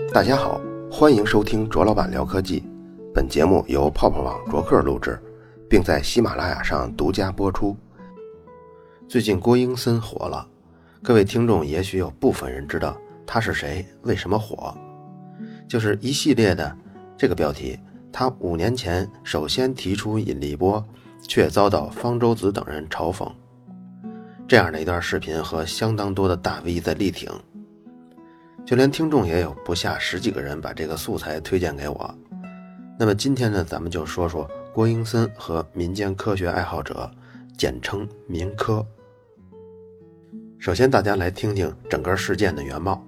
大家好，欢迎收听卓老板聊科技。本节目由泡泡网卓克录制，并在喜马拉雅上独家播出。最近郭英森火了，各位听众也许有部分人知道他是谁，为什么火，就是一系列的这个标题，他5年前首先提出引力波，却遭到方舟子等人嘲讽，这样的一段视频和相当多的大 V 在力挺，就连听众也有不下10几个人把这个素材推荐给我。那么今天呢，咱们就说说郭英森和民间科学爱好者，简称民科。首先大家来听听整个事件的原貌。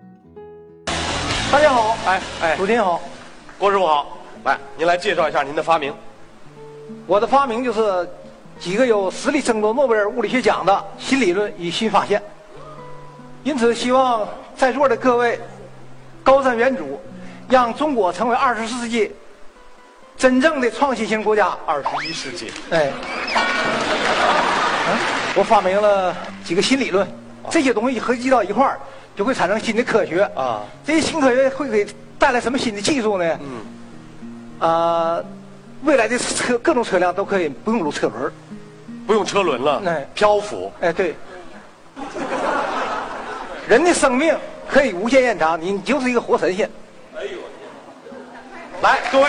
大家好，主持人好， 郭师傅好，来，您来介绍一下您的发明。 我的发明就是几个有实力争夺诺贝尔物理学奖的新理论与新发现，因此希望在座的各位高瞻远瞩，让中国成为20世纪真正的创新型国家。 21世纪， 我发明了几个新理论，这些东西合集到一块儿，就会产生新的科学啊。这些新科学会给带来什么新的技术呢？未来的各种车辆都可以不用车轮， 不用车轮了，漂浮。 对。人的生命可以无限延长，你就是一个活神仙。哎呦， 来，各位，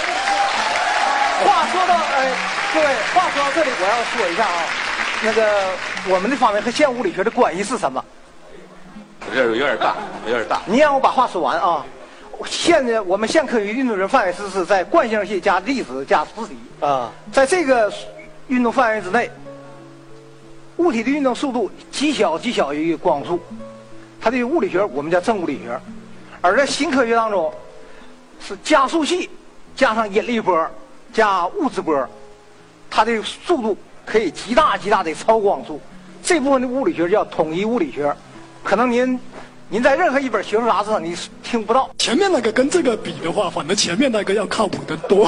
话说到这里，我要说一下啊，那个我们的发明和现物理学的关系是什么？ 这有点大。 你让我把话说完啊。我们现科学运动的范围是在惯性系加粒子加实体啊，在这个运动范围之内，物体的运动速度极小于光速，它的物理学我们叫正物理学。而在新科学当中，是加速器加上引力波加物质波，它的速度可以极大的超光速。这部分的物理学叫统一物理学，可能您在任何一本学术杂志上你听不到。 前面那个跟这个比的话，反正前面那个要靠谱得多。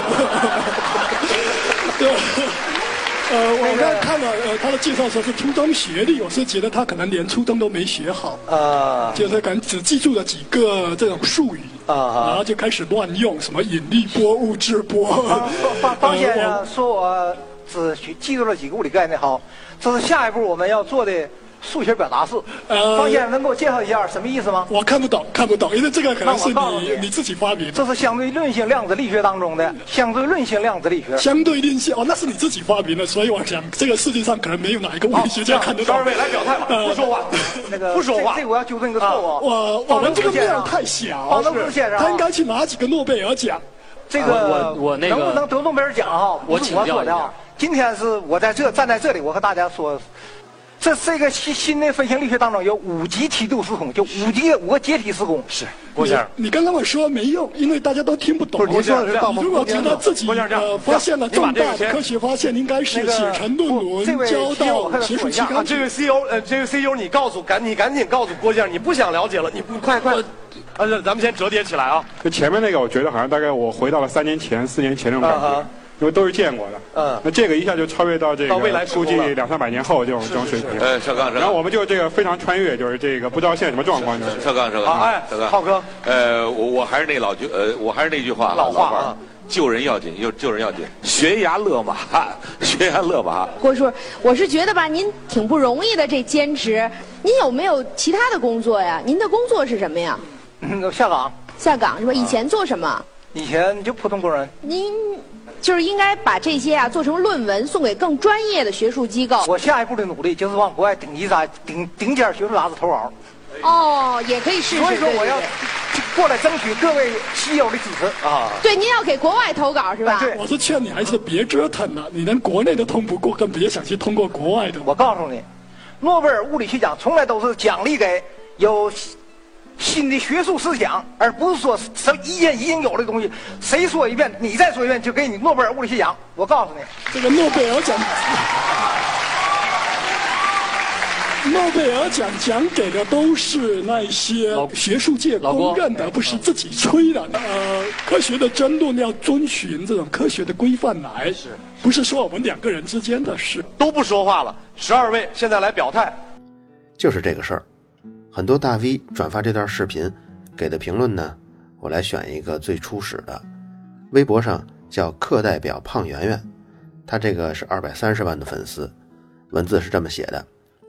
我刚才看了他的介绍说是初中学历，我是觉得他可能连初中都没学好就是可能只记住了几个这种术语然后就开始乱用，什么引力波、物质波。 方先生说我只记住了几个物理概念，好，这是下一步我们要做的数学表达式。方先生能给我介绍一下什么意思吗？ 我看不懂，因为这个可能是你自己发明的。 这是相对论性量子力学当中的相对论性量子力学。 相对论性那是你自己发明的，所以我想这个世界上可能没有哪一个物理学家看得到。 二位来表态吧，不说话，不说话。 这个我要纠正一个错误。 我们这个面太小，他应该去拿几个诺贝尔奖。 这个我那个能不能得诺贝尔奖我请教一下。 今天是我站在这里，我和大家说。这个新的分形力学当中有5级梯度时空，就5个阶梯时空。 是郭先生， 你刚刚我说没用，因为大家都听不懂。 你说的是道如果觉得自己发现了重大的科学发现，应该是写成论文交到学术期刊。 这位 CEO，你赶紧告诉郭先生，你不想了解了，你不快。咱们先折叠起来啊。 就前面那个，我觉得好像大概我回到了3年前、4年前那种感觉。因为都是见过的，那这个一下就超越到这个未来估计200-300年后这种水平。 小刚， 然后我们就这个非常穿越，就是这个不知道现在什么状况。 小刚， 浩哥， 我还是那句话， 老话救人要紧，悬崖勒马。 郭叔，我是觉得吧，您挺不容易的，这坚持。您有没有其他的工作呀？您的工作是什么呀？ 下岗是吧？以前做什么？ 以前就普通工人。 您就是应该把这些做成论文，送给更专业的学术机构。 我下一步的努力就是往国外顶尖学术杂志投稿。 也可以试试。 所以说我要过来争取各位西友的支持啊。 对，您要给国外投稿是吧？ 对。 我是劝你还是别折腾了，你连国内都通不过，更别想去通过国外的。 我告诉你，诺贝尔物理学奖从来都是奖励给有新的学术思想，而不是说已经有的东西，谁说一遍你再说一遍就给你诺贝尔物理学奖。我告诉你， 这个诺贝尔奖奖给的都是那些学术界公认的，不是自己吹的。科学的争论要遵循这种科学的规范来，不是说我们2个人之间的事。 都不说话了，12位现在来表态。 就是这个事儿。很多大 V 转发这段视频， 给的评论呢，我来选一个最初始的，微博上叫课代表胖圆圆，他这个是230万的粉丝，文字是这么写的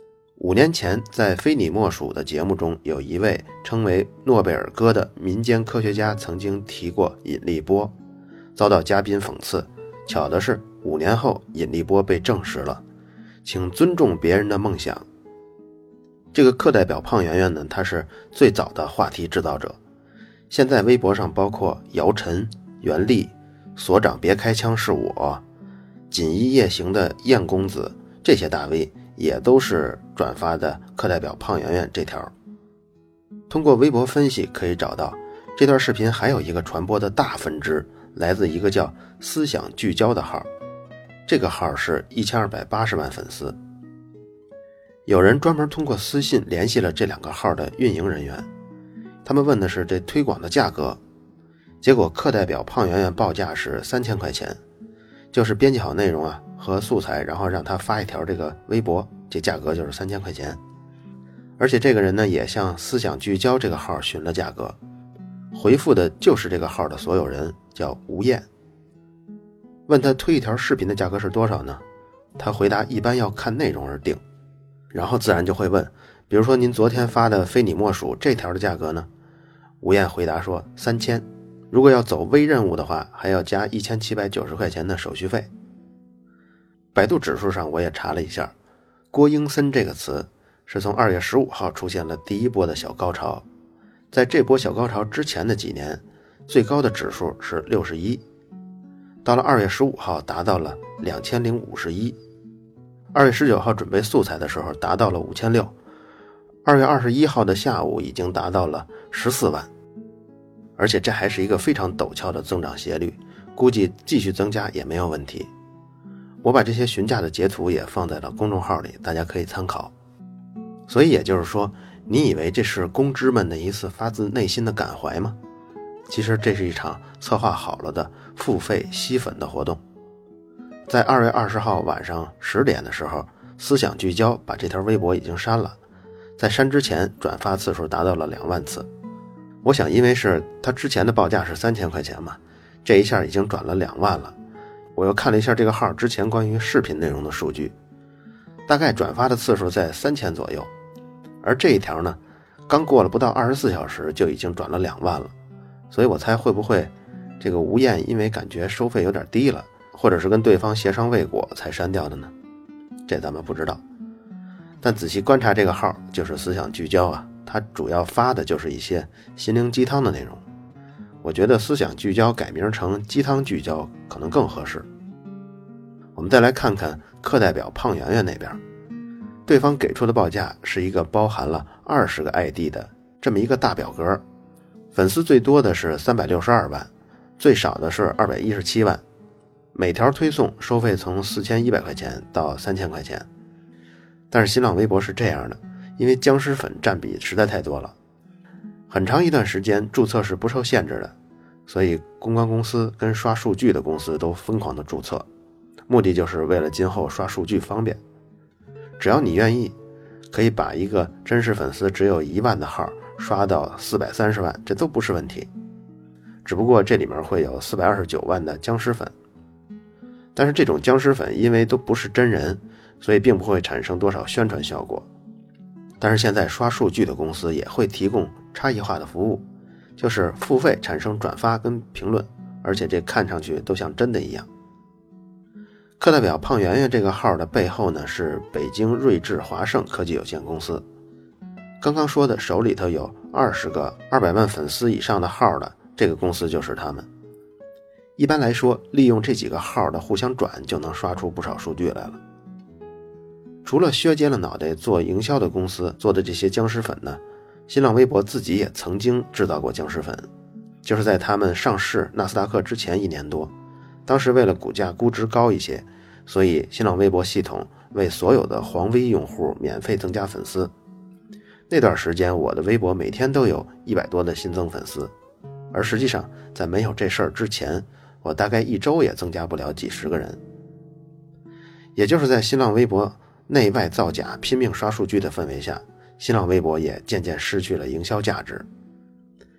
：5年前在非你莫属的节目中，有一位称为诺贝尔哥的民间科学家曾经提过引力波，遭到嘉宾讽刺。巧的是5年后引力波被证实了，请尊重别人的梦想。这个课代表胖圆圆呢，他是最早的话题制造者。现在微博上包括姚晨、袁立、所长别开枪是我、锦衣夜行的燕公子，这些大 V 也都是转发的课代表胖圆圆这条。通过微博分析可以找到，这段视频还有一个传播的大分支，来自一个叫思想聚焦的号，这个号是1280万粉丝。有人专门通过私信联系了这2个号的运营人员，他们问的是这推广的价格，结果课代表胖圆圆报价是3000块钱，就是编辑好内容啊和素材，然后让他发一条这个微博，这价格就是3000块钱。而且这个人呢也向思想聚焦这个号询了价格，回复的就是这个号的所有人，叫吴燕。问他推一条视频的价格是多少呢？他回答一般要看内容而定，然后自然就会问，比如说您昨天发的非你莫属这条的价格呢？吴燕回答说3000，如果要走微任务的话，还要加1790块钱的手续费。百度指数上我也查了一下，郭英森这个词是从2月15号出现了第一波的小高潮，在这波小高潮之前的几年，最高的指数是61，到了2月15号达到了2051，2月19号准备素材的时候达到了5600，2月21号的下午已经达到了14万，而且这还是一个非常陡峭的增长斜率，估计继续增加也没有问题。我把这些询价的截图也放在了公众号里，大家可以参考。所以也就是说，你以为这是公知们的一次发自内心的感怀吗？其实这是一场策划好了的付费吸粉的活动。在2月20号晚上10点的时候，思想聚焦把这条微博已经删了，在删之前转发次数达到了2万次。我想因为是他之前的报价是3000块钱嘛，这一下已经转了2万了。我又看了一下这个号之前关于视频内容的数据，大概转发的次数在3000左右，而这一条呢，刚过了不到24小时就已经转了2万了。所以我猜会不会这个吴燕因为感觉收费有点低了，或者是跟对方协商未果才删掉的呢？这咱们不知道。但仔细观察这个号，就是思想聚焦啊，它主要发的就是一些心灵鸡汤的内容。我觉得思想聚焦改名成鸡汤聚焦可能更合适。我们再来看看课代表胖圆圆那边，对方给出的报价是一个包含了20个 ID 的这么一个大表格，粉丝最多的是362万，最少的是217万，每条推送收费从4100块钱到3000块钱。但是新浪微博是这样的，因为僵尸粉占比实在太多了，很长一段时间注册是不受限制的，所以公关公司跟刷数据的公司都疯狂的注册，目的就是为了今后刷数据方便。只要你愿意，可以把一个真实粉丝只有1万的号刷到430万，这都不是问题。只不过这里面会有429万的僵尸粉，但是这种僵尸粉因为都不是真人，所以并不会产生多少宣传效果。但是现在刷数据的公司也会提供差异化的服务，就是付费产生转发跟评论，而且这看上去都像真的一样。课代表胖圆圆这个号的背后呢，是北京睿智华盛科技有限公司。刚刚说的手里头有20个200万粉丝以上的号的这个公司就是他们。一般来说，利用这几个号的互相转就能刷出不少数据来了。除了削尖了脑袋做营销的公司做的这些僵尸粉呢，新浪微博自己也曾经制造过僵尸粉，就是在他们上市纳斯达克之前1年多，当时为了股价估值高一些，所以新浪微博系统为所有的黄 V 用户免费增加粉丝。那段时间我的微博每天都有100多的新增粉丝，而实际上在没有这事儿之前，我大概1周也增加不了几十个人。也就是在新浪微博内外造假拼命刷数据的氛围下，新浪微博也渐渐失去了营销价值。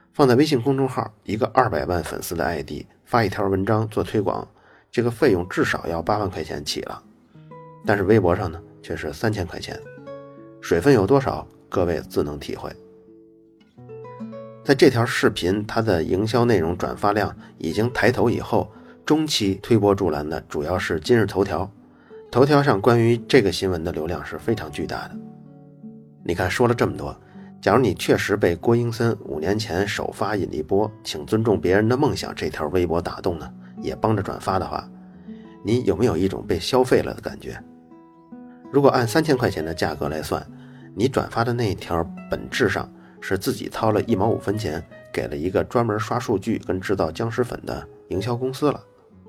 放在微信公众号，一个200万粉丝的 ID 发一条文章做推广，这个费用至少要8万块钱起了。但是微博上呢，却是3000块钱，水分有多少，各位自能体会。在这条视频它的营销内容转发量已经抬头以后，中期推波助澜的主要是今日头条，头条上关于这个新闻的流量是非常巨大的。你看说了这么多，假如你确实被郭英森5年前首发引力波请尊重别人的梦想这条微博打动呢，也帮着转发的话，你有没有一种被消费了的感觉？如果按3000块钱的价格来算，你转发的那一条本质上是自己掏了1毛5分钱给了一个专门刷数据跟制造僵尸粉的营销公司了。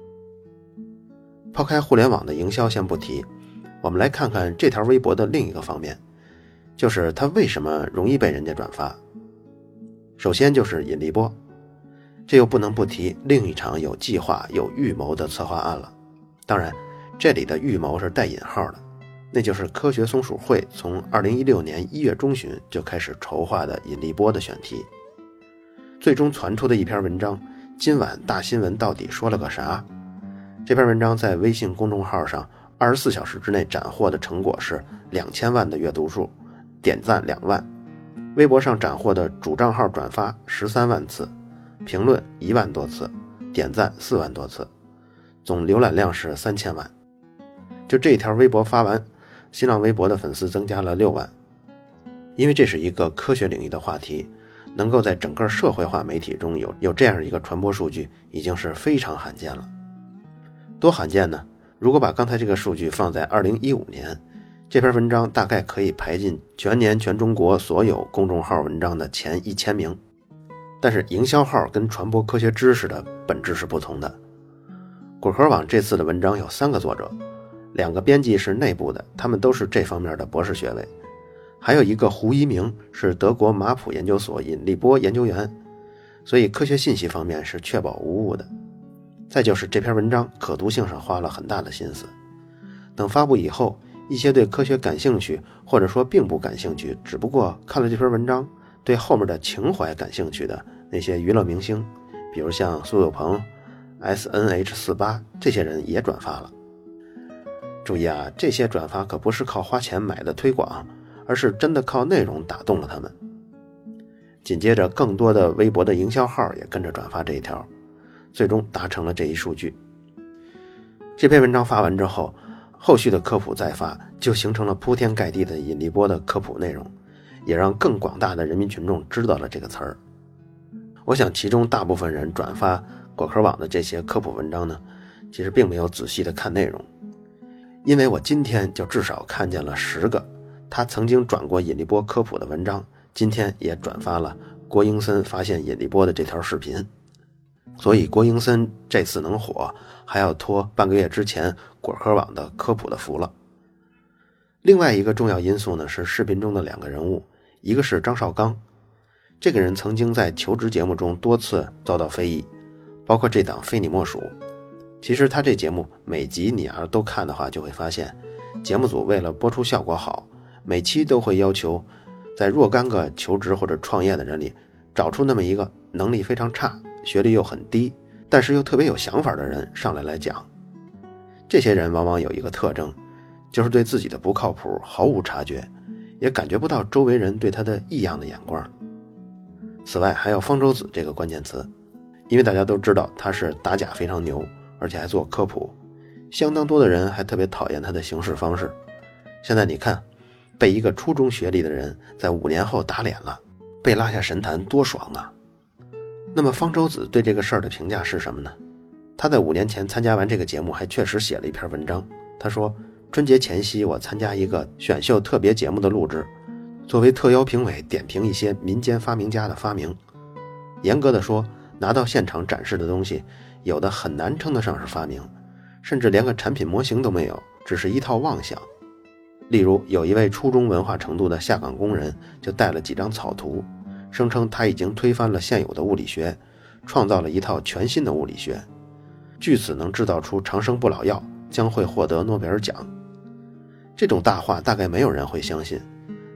抛开互联网的营销先不提，我们来看看这条微博的另一个方面，就是它为什么容易被人家转发。首先就是引力波，这又不能不提另一场有计划有预谋的策划案了。当然这里的预谋是带引号的，那就是科学松鼠会从2016年1月中旬就开始筹划的引力波的选题。最终传出的一篇文章，今晚大新闻到底说了个啥？这篇文章在微信公众号上24小时之内斩获的成果是2000万的阅读数，点赞2万，微博上斩获的主账号转发13万次，评论1万多次，点赞4万多次，总浏览量是3000万。就这条微博发完，新浪微博的粉丝增加了6万。因为这是一个科学领域的话题，能够在整个社会化媒体中有这样一个传播数据，已经是非常罕见了。多罕见呢？如果把刚才这个数据放在2015年，这篇文章大概可以排进全年全中国所有公众号文章的前1000名。但是营销号跟传播科学知识的本质是不同的。果壳网这次的文章有3个作者，2个编辑是内部的，他们都是这方面的博士学位，还有一个胡一鸣是德国马普研究所引力波研究员，所以科学信息方面是确保无误的。再就是这篇文章可读性上花了很大的心思，等发布以后，一些对科学感兴趣或者说并不感兴趣，只不过看了这篇文章对后面的情怀感兴趣的那些娱乐明星，比如像苏有朋、SNH48 这些人也转发了。注意啊，这些转发可不是靠花钱买的推广，而是真的靠内容打动了他们。紧接着更多的微博的营销号也跟着转发这一条，最终达成了这一数据。这篇文章发完之后，后续的科普再发，就形成了铺天盖地的引力波的科普内容，也让更广大的人民群众知道了这个词儿。我想其中大部分人转发果壳网的这些科普文章呢，其实并没有仔细的看内容，因为我今天就至少看见了10个他曾经转过引力波科普的文章，今天也转发了郭英森发现引力波的这条视频。所以郭英森这次能火，还要托半个月之前果壳网的科普的福了。另外一个重要因素呢，是视频中的2个人物，一个是张绍刚，这个人曾经在求职节目中多次遭到非议，包括这档非你莫属。其实他这节目每集你要都看的话，就会发现节目组为了播出效果好，每期都会要求在若干个求职或者创业的人里找出那么一个能力非常差，学历又很低，但是又特别有想法的人上来讲。这些人往往有一个特征，就是对自己的不靠谱毫无察觉，也感觉不到周围人对他的异样的眼光。此外还有方舟子这个关键词，因为大家都知道他是打假非常牛，而且还做科普，相当多的人还特别讨厌他的行事方式。现在你看，被一个初中学历的人在5年后打脸了，被拉下神坛多爽啊！那么方舟子对这个事儿的评价是什么呢？他在5年前参加完这个节目还确实写了一篇文章，他说春节前夕我参加一个选秀特别节目的录制，作为特邀评委点评一些民间发明家的发明。严格的说，拿到现场展示的东西有的很难称得上是发明，甚至连个产品模型都没有，只是一套妄想。例如有一位初中文化程度的下岗工人就带了几张草图，声称他已经推翻了现有的物理学，创造了一套全新的物理学，据此能制造出长生不老药，将会获得诺贝尔奖。这种大话大概没有人会相信，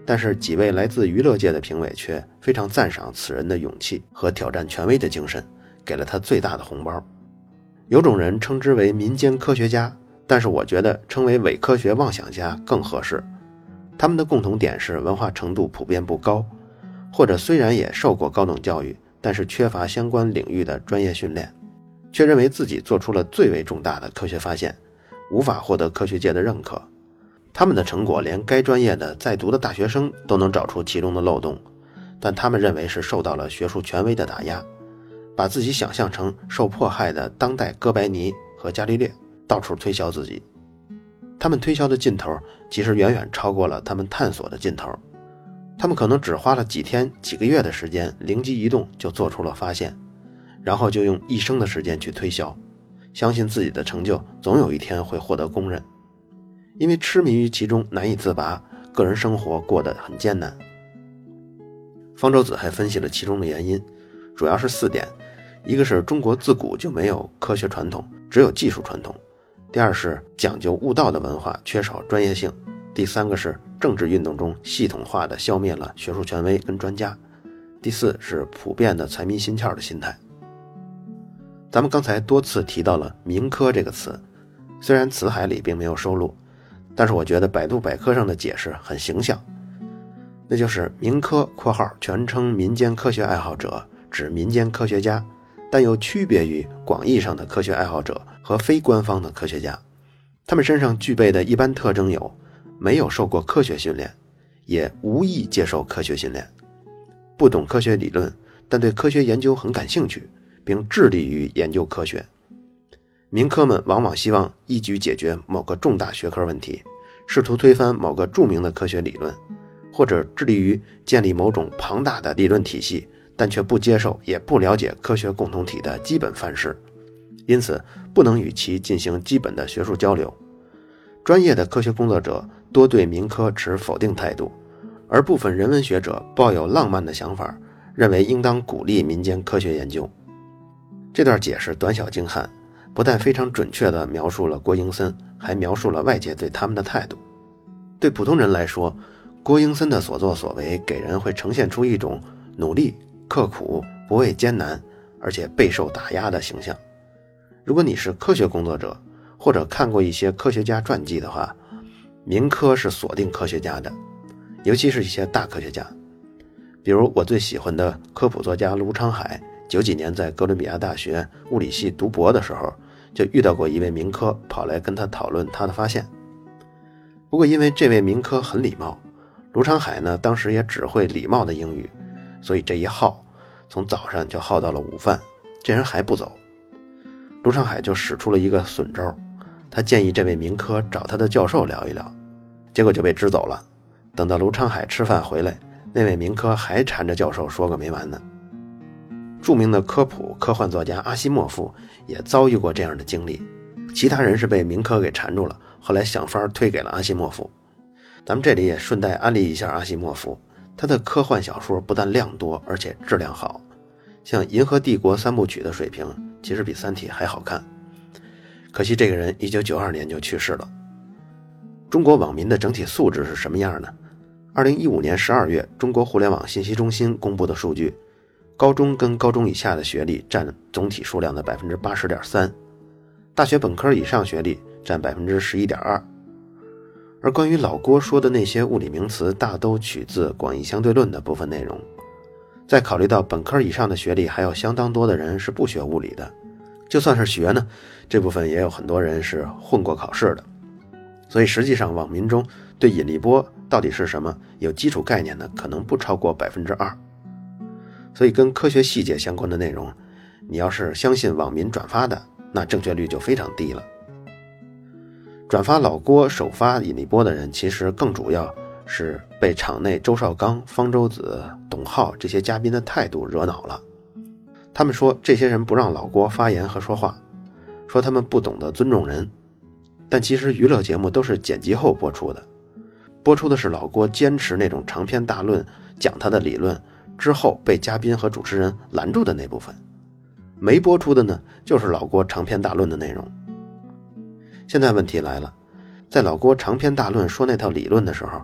但是几位来自娱乐界的评委却非常赞赏此人的勇气和挑战权威的精神，给了他最大的红包。有种人称之为民间科学家，但是我觉得称为伪科学妄想家更合适。他们的共同点是文化程度普遍不高，或者虽然也受过高等教育，但是缺乏相关领域的专业训练，却认为自己做出了最为重大的科学发现，无法获得科学界的认可。他们的成果连该专业的在读的大学生都能找出其中的漏洞，但他们认为是受到了学术权威的打压，把自己想象成受迫害的当代哥白尼和伽利略，到处推销自己。他们推销的劲头其实远远超过了他们探索的劲头。他们可能只花了几天几个月的时间，灵机一动就做出了发现，然后就用一生的时间去推销，相信自己的成就总有一天会获得公认。因为痴迷于其中难以自拔，个人生活过得很艰难。方舟子还分析了其中的原因，主要是4点。一个是中国自古就没有科学传统，只有技术传统；第二是讲究悟道的文化缺少专业性；第3个是政治运动中系统化的消灭了学术权威跟专家；第4是普遍的财迷心窍的心态。咱们刚才多次提到了民科这个词，虽然词海里并没有收录，但是我觉得百度百科上的解释很形象，那就是民科括号全称民间科学爱好者，指民间科学家，但又区别于广义上的科学爱好者和非官方的科学家。他们身上具备的一般特征有：没有受过科学训练，也无意接受科学训练，不懂科学理论，但对科学研究很感兴趣，并致力于研究科学。民科们往往希望一举解决某个重大学科问题，试图推翻某个著名的科学理论，或者致力于建立某种庞大的理论体系，但却不接受也不了解科学共同体的基本范式，因此不能与其进行基本的学术交流。专业的科学工作者多对民科持否定态度，而部分人文学者抱有浪漫的想法，认为应当鼓励民间科学研究。这段解释短小精悍，不但非常准确地描述了郭英森，还描述了外界对他们的态度。对普通人来说，郭英森的所作所为给人会呈现出一种努力、刻苦、不畏艰难，而且备受打压的形象。如果你是科学工作者，或者看过一些科学家传记的话，民科是锁定科学家的，尤其是一些大科学家。比如我最喜欢的科普作家卢昌海，90几年在哥伦比亚大学物理系读博的时候，就遇到过一位民科跑来跟他讨论他的发现。不过因为这位民科很礼貌，卢昌海呢当时也只会礼貌的英语，所以这一耗从早上就耗到了午饭，这人还不走。卢昌海就使出了一个损招，他建议这位民科找他的教授聊一聊，结果就被支走了。等到卢昌海吃饭回来，那位民科还缠着教授说个没完呢。著名的科普科幻作家阿西莫夫也遭遇过这样的经历，其他人是被民科给缠住了，后来想法推给了阿西莫夫。咱们这里也顺带安利一下阿西莫夫，他的科幻小说不但量多，而且质量好，像《银河帝国3部曲》的水平其实比《三体》还好看。可惜这个人1992年就去世了。中国网民的整体素质是什么样呢？2015年12月，中国互联网信息中心公布的数据，高中跟高中以下的学历占总体数量的 80.3%， 大学本科以上学历占 11.2%。 而关于老郭说的那些物理名词大都取自广义相对论的部分内容，再考虑到本科以上的学历还有相当多的人是不学物理的，就算是学呢，这部分也有很多人是混过考试的。所以实际上网民中对引力波到底是什么有基础概念的可能不超过 2%。 所以跟科学细节相关的内容，你要是相信网民转发的，那正确率就非常低了。转发老郭首发引力波的人，其实更主要是被场内周绍刚、方舟子、董浩这些嘉宾的态度惹恼了。他们说这些人不让老郭发言和说话，说他们不懂得尊重人。但其实娱乐节目都是剪辑后播出的，播出的是老郭坚持那种长篇大论讲他的理论之后被嘉宾和主持人拦住的那部分，没播出的呢就是老郭长篇大论的内容。现在问题来了，在老郭长篇大论说那套理论的时候，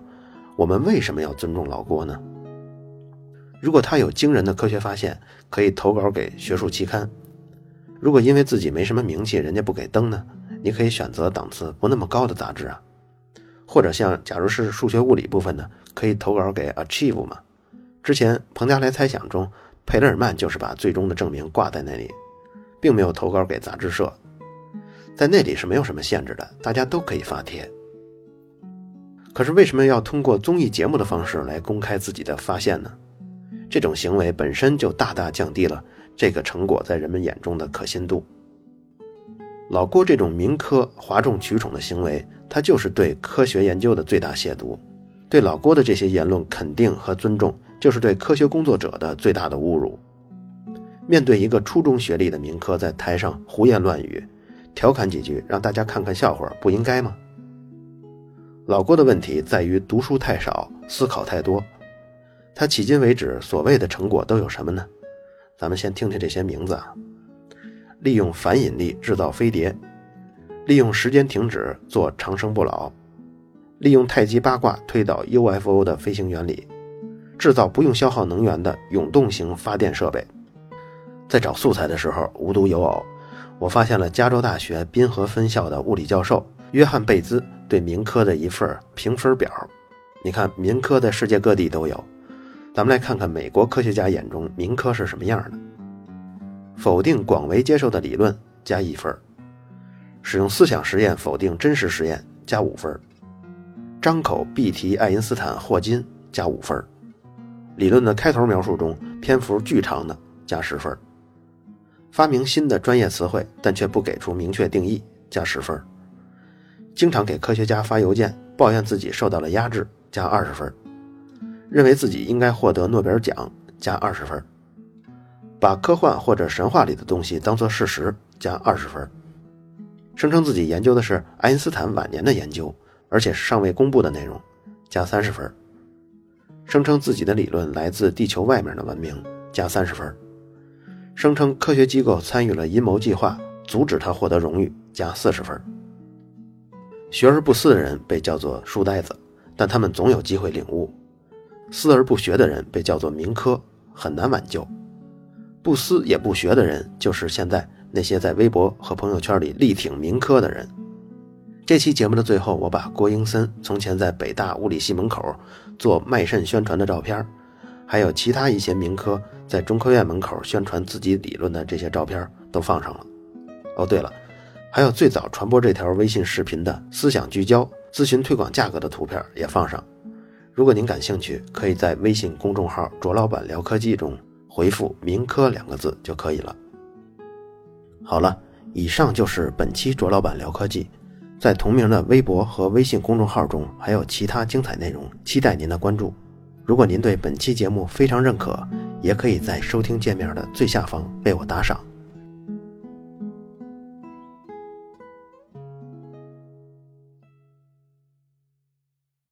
我们为什么要尊重老郭呢？如果他有惊人的科学发现，可以投稿给学术期刊；如果因为自己没什么名气，人家不给登呢，你可以选择档次不那么高的杂志啊。或者像假如是数学物理部分呢，可以投稿给 Achieve 嘛。之前彭加莱猜想中，佩勒尔曼就是把最终的证明挂在那里，并没有投稿给杂志社。在那里是没有什么限制的，大家都可以发帖。可是为什么要通过综艺节目的方式来公开自己的发现呢？这种行为本身就大大降低了这个成果在人们眼中的可信度。老郭这种民科哗众取宠的行为，他就是对科学研究的最大亵渎。对老郭的这些言论肯定和尊重，就是对科学工作者的最大的侮辱。面对一个初中学历的民科在台上胡言乱语，调侃几句让大家看看笑话，不应该吗？老郭的问题在于读书太少，思考太多。他迄今为止所谓的成果都有什么呢？咱们先听听这些名字啊。利用反引力制造飞碟，利用时间停止做长生不老，利用太极八卦推导 UFO 的飞行原理，制造不用消耗能源的永动型发电设备。在找素材的时候，无独有偶，我发现了加州大学宾河分校的物理教授约翰贝兹对民科的一份评分表。你看，民科在世界各地都有，咱们来看看美国科学家眼中民科是什么样的。否定广为接受的理论加1分，使用思想实验否定真实实验加5分，张口必提爱因斯坦霍金加5分，理论的开头描述中篇幅巨长的加10分，发明新的专业词汇但却不给出明确定义加10分，经常给科学家发邮件抱怨自己受到了压制加20分，认为自己应该获得诺贝尔奖加20分，把科幻或者神话里的东西当作事实加20分，声称自己研究的是爱因斯坦晚年的研究，而且是尚未公布的内容加30分，声称自己的理论来自地球外面的文明加30分，声称科学机构参与了阴谋计划阻止他获得荣誉加40分。学而不思的人被叫做书呆子，但他们总有机会领悟；思而不学的人被叫做民科，很难挽救。不思也不学的人，就是现在那些在微博和朋友圈里力挺民科的人。这期节目的最后，我把郭英森从前在北大物理系门口做卖肾宣传的照片，还有其他一些民科在中科院门口宣传自己理论的这些照片都放上了。哦，对了，还有最早传播这条微信视频的思想聚焦咨询推广价格的图片也放上。如果您感兴趣，可以在微信公众号卓老板聊科技中回复民科2个字就可以了。好了，以上就是本期卓老板聊科技，在同名的微博和微信公众号中还有其他精彩内容，期待您的关注。如果您对本期节目非常认可，也可以在收听界面的最下方为我打赏。